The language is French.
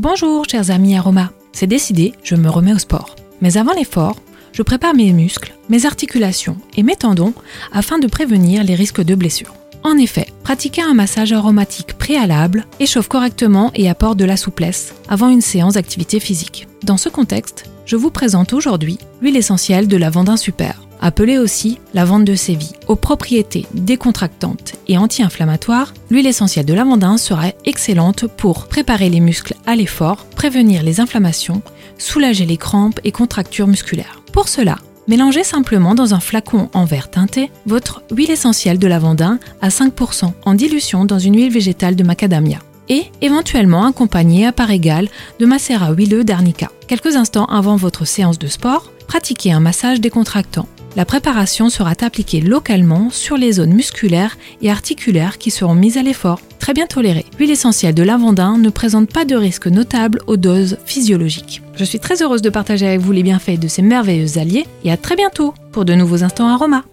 Bonjour chers amis Aroma, c'est décidé, je me remets au sport. Mais avant l'effort, je prépare mes muscles, mes articulations et mes tendons afin de prévenir les risques de blessures. En effet, pratiquer un massage aromatique préalable échauffe correctement et apporte de la souplesse avant une séance d'activité physique. Dans ce contexte, je vous présente aujourd'hui l'huile essentielle de lavandin super, appelée aussi lavande de Séville. Aux propriétés décontractantes et anti-inflammatoires, l'huile essentielle de lavandin sera excellente pour préparer les muscles à l'effort, prévenir les inflammations, soulager les crampes et contractures musculaires. Pour cela, mélangez simplement dans un flacon en verre teinté votre huile essentielle de lavandin à 5% en dilution dans une huile végétale de macadamia et éventuellement accompagné à part égale de macérat huileux d'arnica. Quelques instants avant votre séance de sport, pratiquez un massage décontractant. La préparation sera appliquée localement sur les zones musculaires et articulaires qui seront mises à l'effort. Très bien tolérée. L'huile essentielle de lavandin ne présente pas de risque notable aux doses physiologiques. Je suis très heureuse de partager avec vous les bienfaits de ces merveilleux alliés et à très bientôt pour de nouveaux instants Aroma.